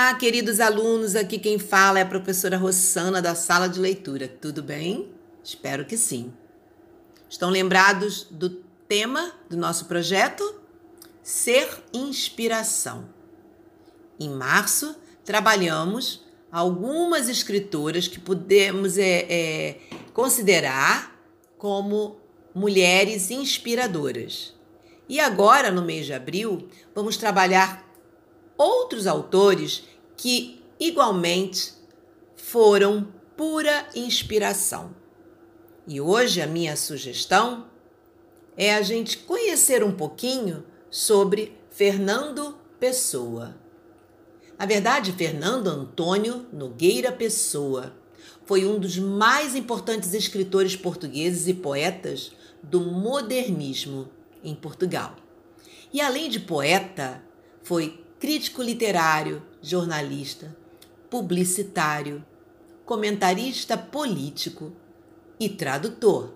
Olá, queridos alunos, aqui quem fala é a professora Rossana da Sala de Leitura. Tudo bem? Espero que sim. Estão lembrados do tema do nosso projeto? Ser inspiração. Em março, trabalhamos algumas escritoras que podemos considerar como mulheres inspiradoras. E agora, no mês de abril, vamos trabalhar outros autores que igualmente foram pura inspiração. E hoje a minha sugestão é a gente conhecer um pouquinho sobre Fernando Pessoa. Na verdade, Fernando Antônio Nogueira Pessoa foi um dos mais importantes escritores portugueses e poetas do modernismo em Portugal. E além de poeta, foi crítico literário, jornalista, publicitário, comentarista político e tradutor.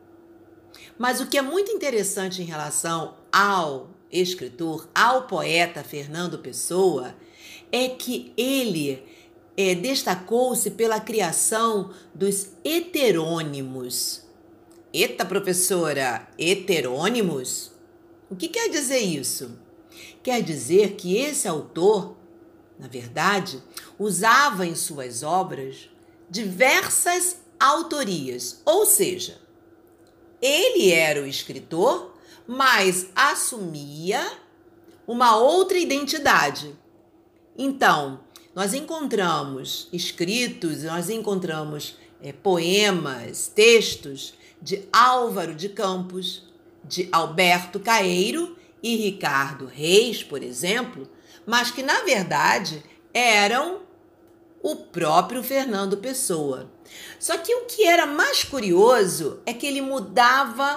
Mas o que é muito interessante em relação ao escritor, ao poeta Fernando Pessoa, é que ele destacou-se pela criação dos heterônimos. Eita, professora, heterônimos? O que quer dizer isso? Quer dizer que esse autor, na verdade, usava em suas obras diversas autorias, ou seja, ele era o escritor, mas assumia uma outra identidade. Então, nós encontramos escritos, nós encontramos poemas, textos de Álvaro de Campos, de Alberto Caeiro e Ricardo Reis, por exemplo, mas que, na verdade, eram o próprio Fernando Pessoa. Só que o que era mais curioso é que ele mudava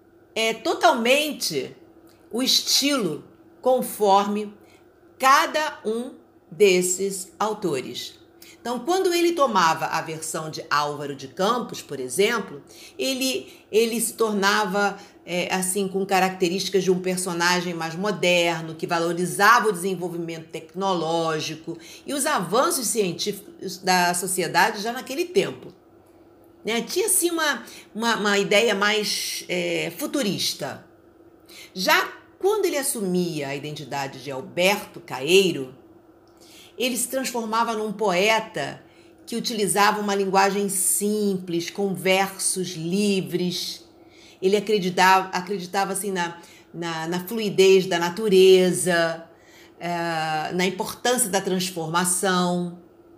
totalmente o estilo conforme cada um desses autores. Então, quando ele tomava a versão de Álvaro de Campos, por exemplo, ele se tornava assim com características de um personagem mais moderno, que valorizava o desenvolvimento tecnológico e os avanços científicos da sociedade já naquele tempo. Né? Tinha assim uma ideia mais futurista. Já quando ele assumia a identidade de Alberto Caeiro, ele se transformava num poeta que utilizava uma linguagem simples, com versos livres. Ele acreditava assim, na fluidez da natureza, na importância da transformação.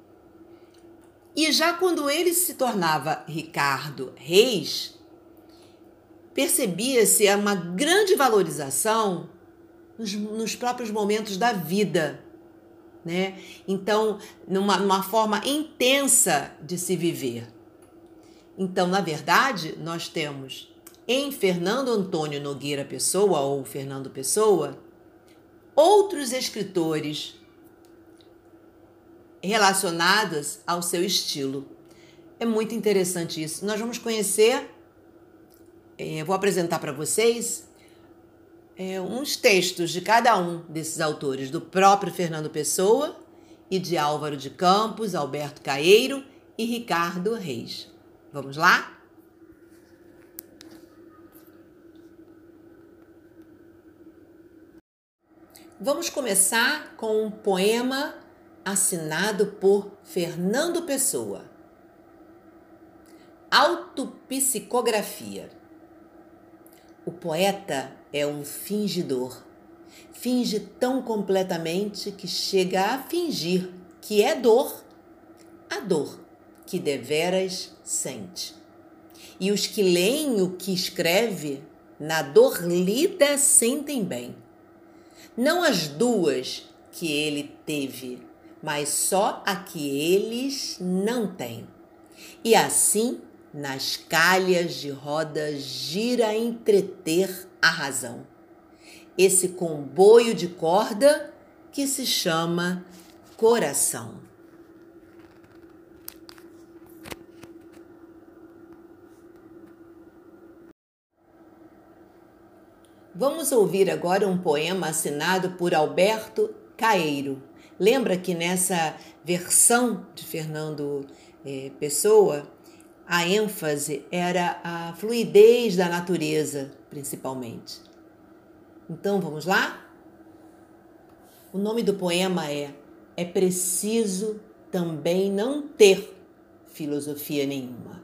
E já quando ele se tornava Ricardo Reis, percebia-se uma grande valorização nos próprios momentos da vida. Né? Então, numa forma intensa de se viver. Então, na verdade, nós temos em Fernando Antônio Nogueira Pessoa, ou Fernando Pessoa, outros escritores relacionados ao seu estilo. É muito interessante isso. Nós vamos conhecer, vou apresentar para vocês uns textos de cada um desses autores, do próprio Fernando Pessoa e de Álvaro de Campos, Alberto Caeiro e Ricardo Reis. Vamos lá? Vamos começar com um poema assinado por Fernando Pessoa. Autopsicografia. O poeta é um fingidor. Finge tão completamente que chega a fingir que é dor, a dor que deveras sente. E os que leem o que escreve, na dor lida sentem bem. Não as duas que ele teve, mas só a que eles não têm. E assim, nas calhas de roda gira a entreter a razão. Esse comboio de corda que se chama coração. Vamos ouvir agora um poema assinado por Alberto Caeiro, Lembra que nessa versão de Fernando Pessoa, a ênfase era a fluidez da natureza, principalmente. Então, vamos lá? O nome do poema É Preciso Também Não Ter Filosofia Nenhuma.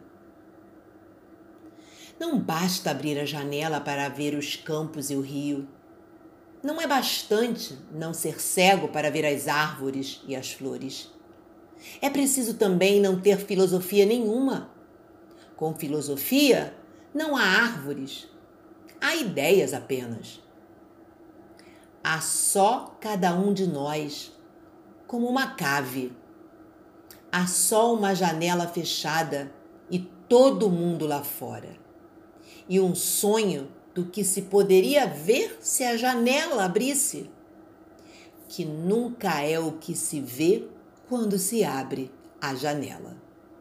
Não basta abrir a janela para ver os campos e o rio. Não é bastante não ser cego para ver as árvores e as flores. É preciso também não ter filosofia nenhuma. Com filosofia, não há árvores, há ideias apenas. Há só cada um de nós, como uma cave. Há só uma janela fechada e todo mundo lá fora. E um sonho do que se poderia ver se a janela abrisse, que nunca é o que se vê quando se abre a janela.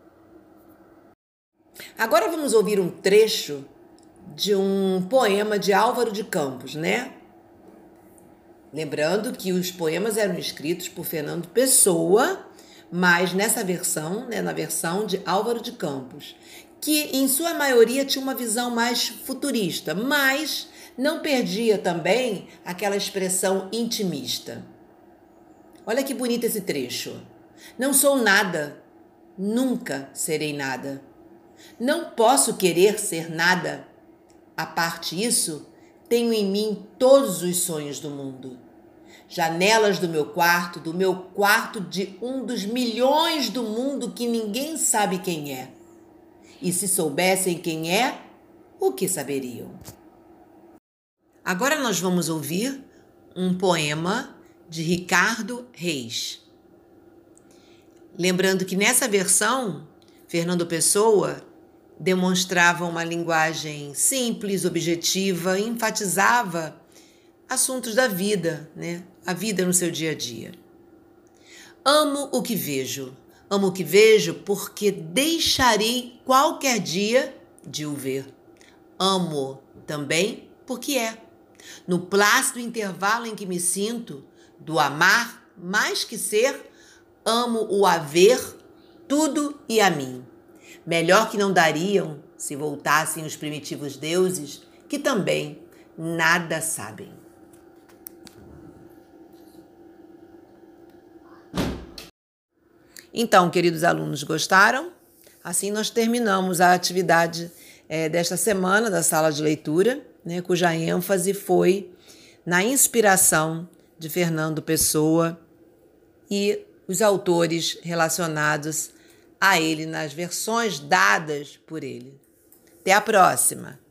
Agora vamos ouvir um trecho de um poema de Álvaro de Campos, né? Lembrando que os poemas eram escritos por Fernando Pessoa, mas nessa versão, né, na versão de Álvaro de Campos, que em sua maioria tinha uma visão mais futurista, mas não perdia também aquela expressão intimista. Olha que bonito esse trecho. Não sou nada, nunca serei nada. Não posso querer ser nada. A parte isso, tenho em mim todos os sonhos do mundo. Janelas do meu quarto de um dos milhões do mundo que ninguém sabe quem é. E se soubessem quem é, o que saberiam? Agora nós vamos ouvir um poema de Ricardo Reis. Lembrando que nessa versão, Fernando Pessoa demonstrava uma linguagem simples, objetiva, enfatizava assuntos da vida, né? A vida no seu dia a dia. Amo o que vejo porque deixarei qualquer dia de o ver. Amo também porque é. No plácido intervalo em que me sinto, do amar mais que ser, amo o haver, tudo e a mim. Melhor que não dariam se voltassem os primitivos deuses, que também nada sabem. Então, queridos alunos, gostaram? Assim nós terminamos a atividade desta semana da sala de leitura, né, cuja ênfase foi na inspiração de Fernando Pessoa e os autores relacionados a ele nas versões dadas por ele. Até a próxima!